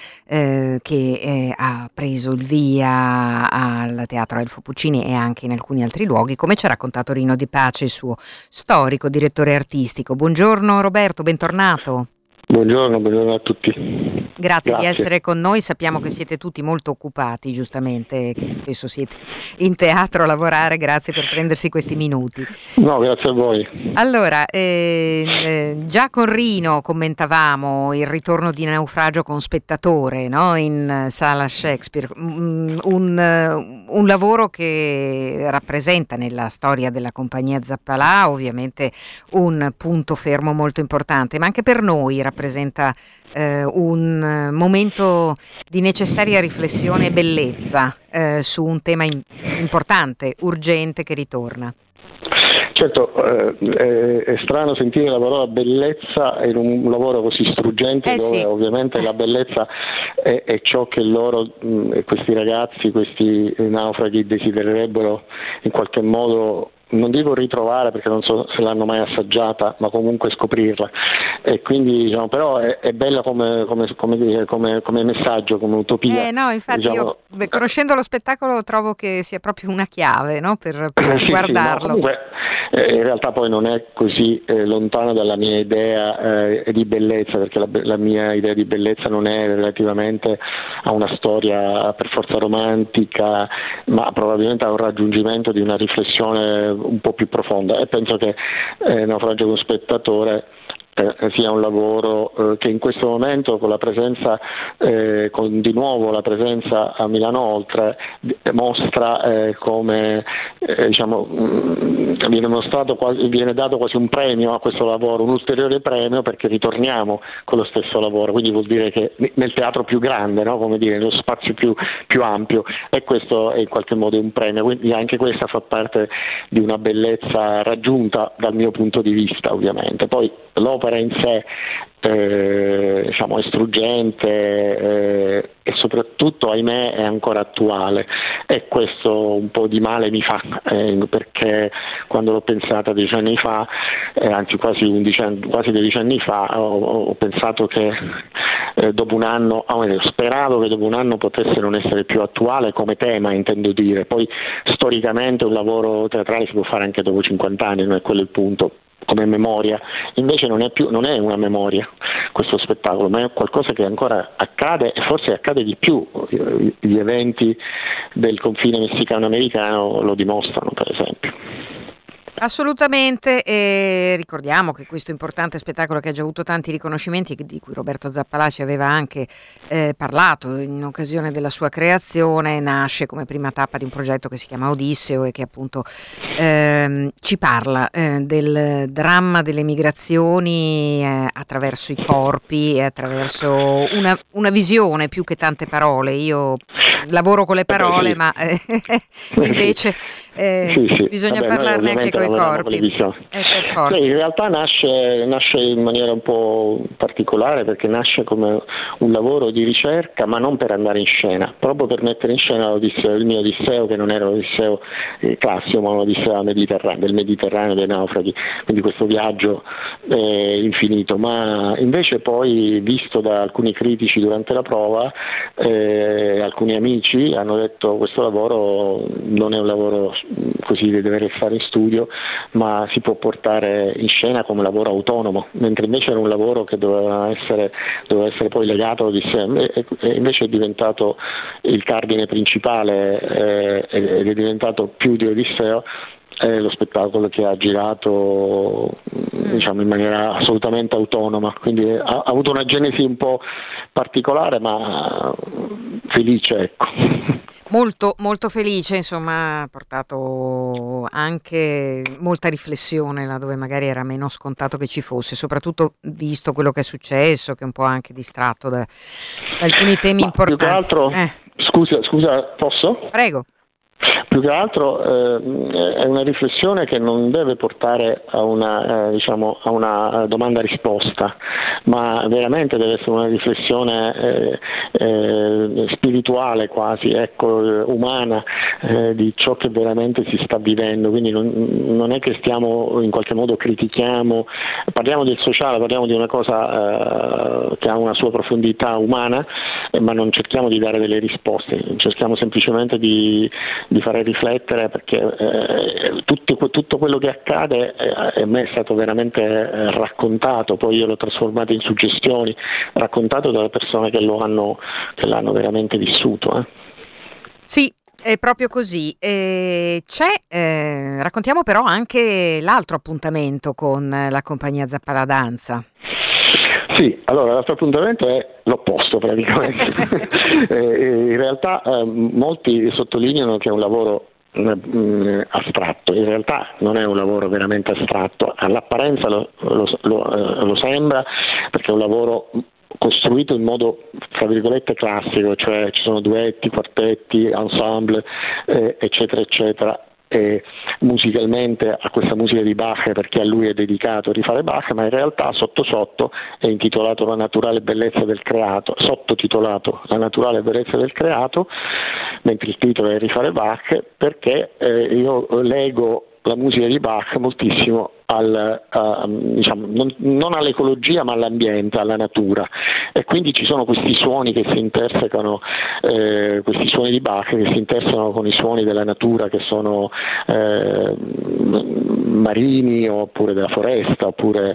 [SPEAKER 1] che ha preso il via al Teatro Elfo Puccini e anche in alcuni altri luoghi, come ci ha raccontato Rino Di Pace, il suo storico direttore artistico. Buongiorno Roberto, bentornato.
[SPEAKER 5] Buongiorno a tutti.
[SPEAKER 1] Grazie di essere con noi, sappiamo che siete tutti molto occupati, giustamente, che spesso siete in teatro a lavorare, grazie per prendersi questi minuti.
[SPEAKER 5] No, grazie a voi.
[SPEAKER 1] Allora, già con Rino commentavamo il ritorno di Naufragio con spettatore, no? In sala Shakespeare, un lavoro che rappresenta nella storia della compagnia Zappalà ovviamente un punto fermo molto importante, ma anche per noi rappresenta un momento di necessaria riflessione e bellezza su un tema importante, urgente, che ritorna.
[SPEAKER 5] Certo, è strano sentire la parola bellezza in un lavoro così struggente, dove sì, ovviamente la bellezza è ciò che loro, questi ragazzi, questi naufraghi desidererebbero in qualche modo, non dico ritrovare perché non so se l'hanno mai assaggiata, ma comunque scoprirla. E quindi diciamo, però è bella come messaggio, come utopia.
[SPEAKER 1] No, infatti io conoscendo lo spettacolo trovo che sia proprio una chiave, no? per guardarlo.
[SPEAKER 5] Sì, no, comunque, in realtà poi non è così lontano dalla mia idea di bellezza, perché la mia idea di bellezza non è relativamente a una storia per forza romantica, ma probabilmente a un raggiungimento di una riflessione un po' più profonda, e penso che Naufragio con spettatore sia un lavoro che in questo momento, con la presenza con di nuovo la presenza a Milano Oltre, mostra come diciamo viene dato quasi un premio a questo lavoro, un ulteriore premio, perché ritorniamo con lo stesso lavoro, quindi vuol dire che nel teatro più grande, no? Come dire, nello spazio più ampio, e questo è in qualche modo un premio, quindi anche questa fa parte di una bellezza raggiunta dal mio punto di vista, ovviamente. Poi l'opera in sé diciamo è struggente e soprattutto, ahimè, è ancora attuale, e questo un po' di male mi fa, perché quando l'ho pensata 10 anni fa, anzi quasi 12 anni fa, ho pensato che dopo un anno, speravo che dopo un anno potesse non essere più attuale come tema, intendo dire. Poi storicamente un lavoro teatrale si può fare anche dopo 50 anni, non è quello il punto, come memoria. Invece non è una memoria questo spettacolo, ma è qualcosa che ancora accade, e forse accade di più. Gli eventi del confine messicano-americano lo dimostrano, per esempio.
[SPEAKER 1] Assolutamente, e ricordiamo che questo importante spettacolo, che ha già avuto tanti riconoscimenti, di cui Roberto Zappalà ci aveva anche parlato in occasione della sua creazione, nasce come prima tappa di un progetto che si chiama Odisseo, e che appunto ci parla del dramma delle migrazioni attraverso i corpi e attraverso una visione più che tante parole. Io lavoro con le parole, ma invece bisogna parlarne anche con i corpi. Per forza.
[SPEAKER 5] In realtà nasce in maniera un po' particolare, perché nasce come un lavoro di ricerca, ma non per andare in scena, proprio per mettere in scena il mio Odisseo, che non era l'Odisseo classico, ma l'Odisseo del Mediterraneo, dei naufraghi, quindi questo viaggio infinito. Ma invece poi, visto da alcuni critici durante la prova, alcuni amici hanno detto: questo lavoro non è un lavoro così che deve restare in studio, ma si può portare in scena come lavoro autonomo, mentre invece era un lavoro che doveva essere poi legato all'Odisseo, e invece è diventato il cardine principale, ed è diventato più di Odisseo. È lo spettacolo che ha girato diciamo in maniera assolutamente autonoma, quindi ha avuto una genesi un po' particolare, ma felice, ecco.
[SPEAKER 1] Molto, molto felice, insomma, ha portato anche molta riflessione laddove magari era meno scontato che ci fosse, soprattutto visto quello che è successo, che è un po' anche distratto da alcuni temi importanti.
[SPEAKER 5] Più che altro, scusa, posso?
[SPEAKER 1] Prego.
[SPEAKER 5] Più che altro è una riflessione che non deve portare a una domanda-risposta, ma veramente deve essere una riflessione spirituale, quasi, umana, di ciò che veramente si sta vivendo. Quindi non è che stiamo in qualche modo critichiamo, parliamo del sociale, parliamo di una cosa che ha una sua profondità umana, ma non cerchiamo di dare delle risposte, cerchiamo semplicemente di fare riflettere, perché tutto quello che accade a me è stato veramente raccontato, poi io l'ho trasformato in suggestioni, raccontato dalle persone che l'hanno veramente vissuto.
[SPEAKER 1] Sì, è proprio così. Raccontiamo però anche l'altro appuntamento con la compagnia Zappalà Danza.
[SPEAKER 5] Sì, allora l'altro appuntamento è l'opposto praticamente. In realtà molti sottolineano che è un lavoro astratto, in realtà non è un lavoro veramente astratto, all'apparenza lo sembra, perché è un lavoro costruito in modo, tra virgolette, classico, cioè ci sono duetti, quartetti, ensemble, eccetera, eccetera. E musicalmente a questa musica di Bach, perché a lui è dedicato rifare Bach, ma in realtà sotto è intitolato La naturale bellezza del creato, sottotitolato La naturale bellezza del creato, mentre il titolo è rifare Bach, perché io leggo la musica di Bach moltissimo non all'ecologia, ma all'ambiente, alla natura, e quindi ci sono questi suoni che si intersecano, questi suoni di Bach che si intersecano con i suoni della natura, che sono marini, oppure della foresta, oppure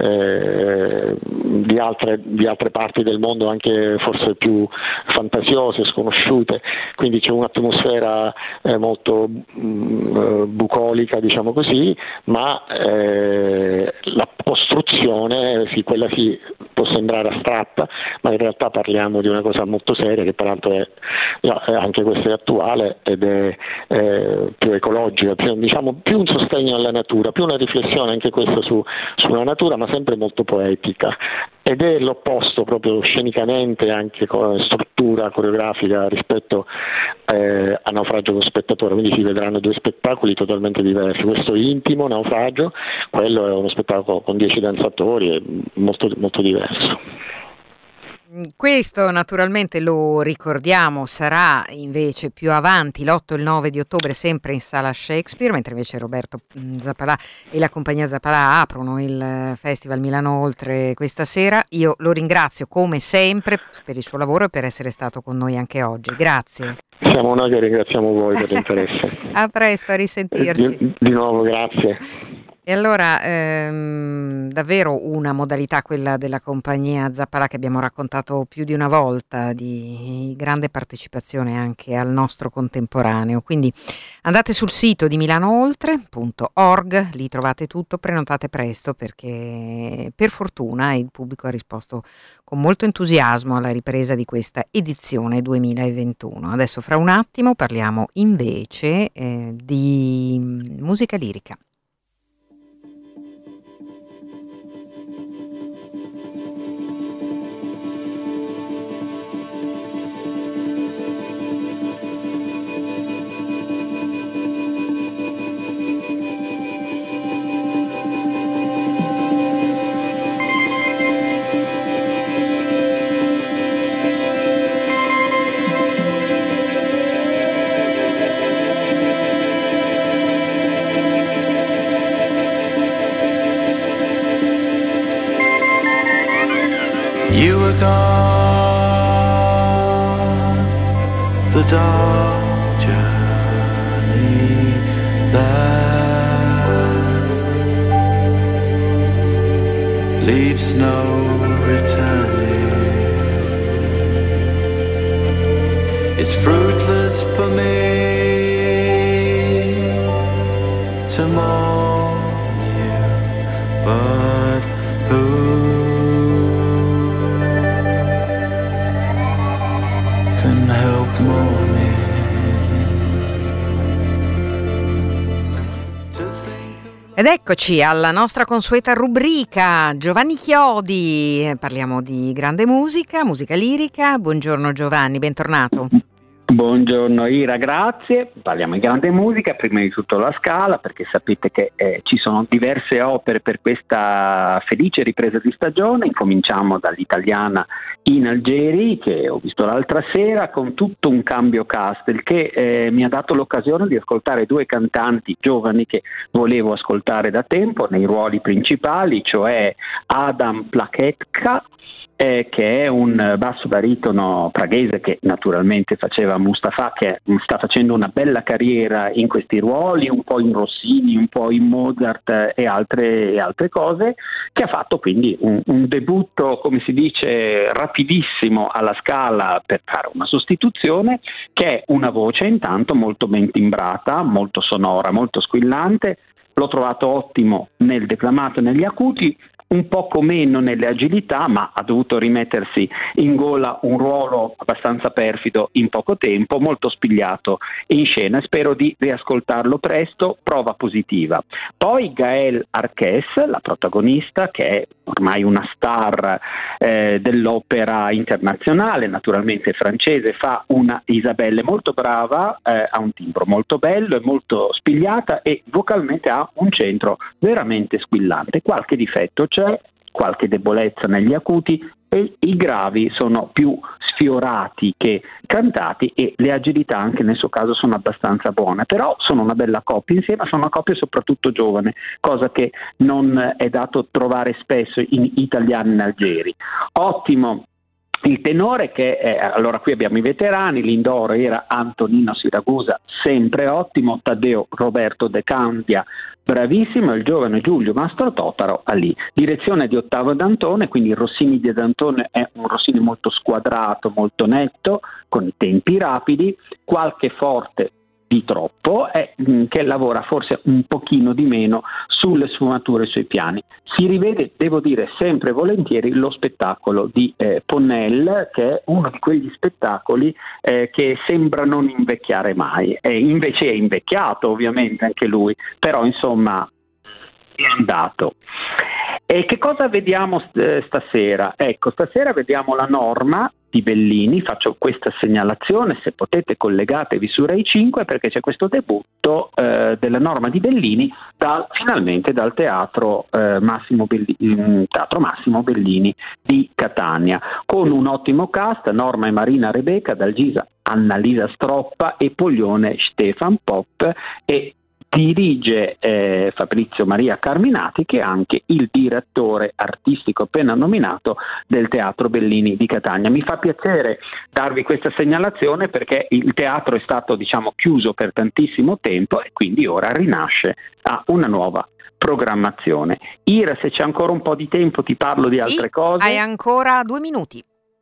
[SPEAKER 5] di altre parti del mondo, anche forse più fantasiose, sconosciute. Quindi c'è un'atmosfera molto bucolica, diciamo così, ma
[SPEAKER 9] la costruzione, sì, quella sì, può sembrare astratta, ma in realtà parliamo di una cosa molto seria, che peraltro è anche questa è attuale ed è più ecologica, diciamo più un sostegno alla natura, più una riflessione anche questa sulla natura, ma sempre molto poetica, ed è l'opposto proprio scenicamente, anche con struttura coreografica, rispetto a Naufragio con spettatore, quindi si vedranno due spettacoli totalmente diversi. Questo è intimo, Naufragio, quello è uno spettacolo con 10 danzatori, è molto, molto diverso.
[SPEAKER 1] Questo naturalmente lo ricordiamo, sarà invece più avanti l'8 e il 9 di ottobre sempre in Sala Shakespeare, mentre invece Roberto Zappalà e la compagnia Zappalà aprono il Festival Milano Oltre questa sera. Io lo ringrazio come sempre per il suo lavoro e per essere stato con noi anche oggi. Grazie.
[SPEAKER 9] Siamo noi che ringraziamo voi per l'interesse.
[SPEAKER 1] A presto, a risentirci.
[SPEAKER 9] Di nuovo, grazie.
[SPEAKER 1] E allora davvero una modalità, quella della compagnia Zappalà, che abbiamo raccontato più di una volta, di grande partecipazione anche al nostro contemporaneo. Quindi andate sul sito di milanooltre.org, lì trovate tutto, prenotate presto, perché per fortuna il pubblico ha risposto con molto entusiasmo alla ripresa di questa edizione 2021. Adesso fra un attimo parliamo invece di musica lirica.
[SPEAKER 6] You were gone, the dark journey that leaves no returning. It's fruitless for me to mourn you, but who can help mourning?
[SPEAKER 1] Ed eccoci alla nostra consueta rubrica Giovanni Chiodi, parliamo di grande musica, musica lirica. Buongiorno Giovanni, bentornato.
[SPEAKER 3] Buongiorno Ira, grazie. Parliamo di grande musica, prima di tutto la Scala, perché sapete che ci sono diverse opere per questa felice ripresa di stagione. Incominciamo dall'italiana In Algeri, che ho visto l'altra sera, con tutto un cambio cast, il che mi ha dato l'occasione di ascoltare due cantanti giovani che volevo ascoltare da tempo nei ruoli principali, cioè Adam Plaketka, che è un basso baritono praghese che naturalmente faceva Mustafa, che sta facendo una bella carriera in questi ruoli, un po' in Rossini, un po' in Mozart e altre cose, che ha fatto quindi un debutto, come si dice, rapidissimo alla Scala per fare una sostituzione, che è una voce intanto molto ben timbrata, molto sonora, molto squillante. L'ho trovato ottimo nel declamato e negli acuti, un poco meno nelle agilità, ma ha dovuto rimettersi in gola un ruolo abbastanza perfido in poco tempo, molto spigliato in scena. Spero di riascoltarlo presto, prova positiva. Poi Gaëlle Arquès, la protagonista, che è ormai una star dell'opera internazionale, naturalmente francese, fa una Isabelle molto brava, ha un timbro molto bello, è molto spigliata e vocalmente ha un centro veramente squillante. Qualche difetto c'è, qualche debolezza negli acuti, e i gravi sono più sfiorati che cantati e le agilità anche nel suo caso sono abbastanza buone, però sono una bella coppia insieme, sono una coppia soprattutto giovane, cosa che non è dato trovare spesso in italiani in Algeri. Ottimo il tenore, che allora qui abbiamo i veterani, l'Indoro era Antonino Siragusa, sempre ottimo, Taddeo Roberto De Cambia, bravissimo, il giovane Giulio Mastrototaro lì. Direzione di Ottavio Dantone, quindi il Rossini di Dantone è un Rossini molto squadrato, molto netto, con i tempi rapidi, qualche forte
[SPEAKER 10] di troppo è che lavora forse un pochino di meno sulle sfumature, sui piani. Si rivede, devo dire, sempre volentieri lo spettacolo di Ponnelle, che è uno di quegli spettacoli che sembra non invecchiare mai, e invece è invecchiato ovviamente anche lui, però insomma è andato. E che cosa vediamo stasera? Ecco, stasera vediamo La Norma di Bellini. Faccio questa segnalazione, se potete collegatevi su Rai 5, perché c'è questo debutto della Norma di Bellini finalmente dal Teatro Massimo Bellini di Catania, con un ottimo cast: Norma e Marina Rebecca, Dalgisa Annalisa Stroppa e Poglione Stefan Pop, e dirige Fabrizio Maria Carminati, che è anche il direttore artistico appena nominato del Teatro Bellini di Catania. Mi fa piacere darvi questa segnalazione perché il teatro è stato, chiuso per tantissimo tempo e quindi ora rinasce a una nuova programmazione. Ira, se c'è ancora un po' di tempo ti parlo di altre cose.
[SPEAKER 1] Hai ancora 2 minuti.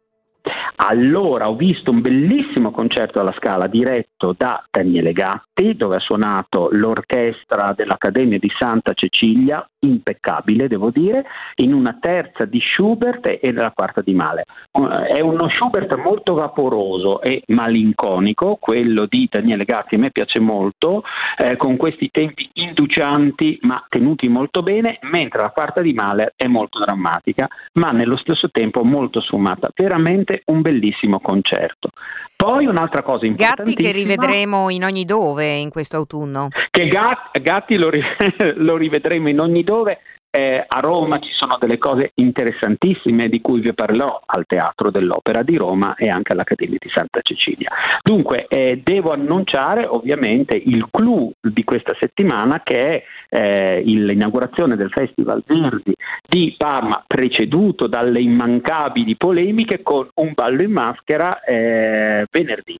[SPEAKER 10] Allora, ho visto un bellissimo concerto alla Scala diretto da Daniele Gatti, dove ha suonato l'orchestra dell'Accademia di Santa Cecilia, impeccabile devo dire, in una terza di Schubert e nella quarta di Mahler. È uno Schubert molto vaporoso e malinconico, quello di Daniele Gatti a me piace molto, con questi tempi indugianti ma tenuti molto bene, mentre la quarta di Mahler è molto drammatica ma nello stesso tempo molto sfumata. Veramente un bellissimo concerto. Poi un'altra cosa importantissima,
[SPEAKER 1] Gatti che rivedremo in ogni dove in questo autunno.
[SPEAKER 10] Che Gatti lo rivedremo in ogni dove. A Roma ci sono delle cose interessantissime di cui vi parlerò al Teatro dell'Opera di Roma e anche all'Accademia di Santa Cecilia. Dunque devo annunciare ovviamente il clou di questa settimana, che è l'inaugurazione del Festival Verdi di Parma, preceduto dalle immancabili polemiche, con un ballo in maschera venerdì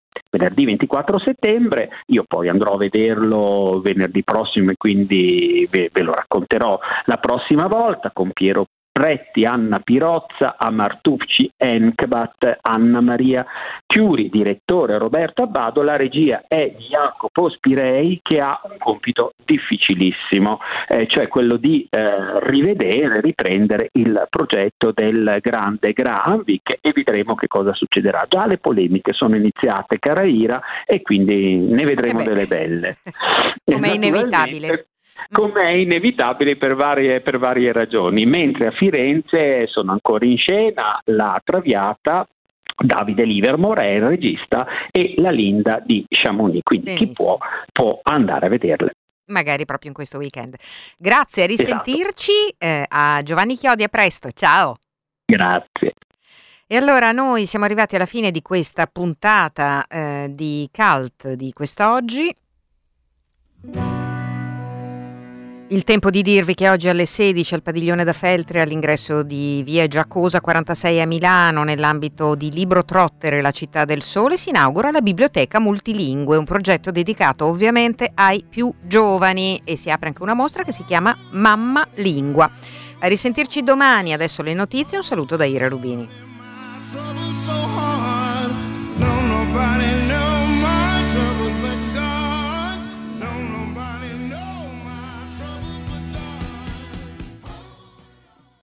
[SPEAKER 10] 24 settembre. Io poi andrò a vederlo venerdì prossimo e quindi ve lo racconterò la prossima volta, con Piero Pretti, Anna Pirozza, Amartucci, Enkbat, Anna Maria Chiuri, direttore Roberto Abbado. La regia è di Jacopo Spirei, che ha un compito difficilissimo, cioè quello di riprendere il progetto del grande Graham Vick, e vedremo che cosa succederà. Già le polemiche sono iniziate, cara Ira, e quindi ne vedremo delle belle.
[SPEAKER 1] Come è inevitabile.
[SPEAKER 10] Come è inevitabile per varie ragioni, mentre a Firenze sono ancora in scena La Traviata, Davide Livermore è il regista, e La Linda di Chamonix, quindi
[SPEAKER 1] Benissimo.
[SPEAKER 10] Chi può andare a vederle.
[SPEAKER 1] Magari proprio in questo weekend. Grazie, a risentirci. A Giovanni Chiodi, a presto, ciao.
[SPEAKER 10] Grazie.
[SPEAKER 1] E allora noi siamo arrivati alla fine di questa puntata di Cult di quest'oggi. Il tempo di dirvi che oggi alle 16 al Padiglione da Feltre, all'ingresso di via Giacosa 46 a Milano, nell'ambito di Libro Trottere, la città del sole, si inaugura la biblioteca multilingue, un progetto dedicato ovviamente ai più giovani, e si apre anche una mostra che si chiama Mamma Lingua. A risentirci domani, adesso le notizie, un saluto da Ira Rubini.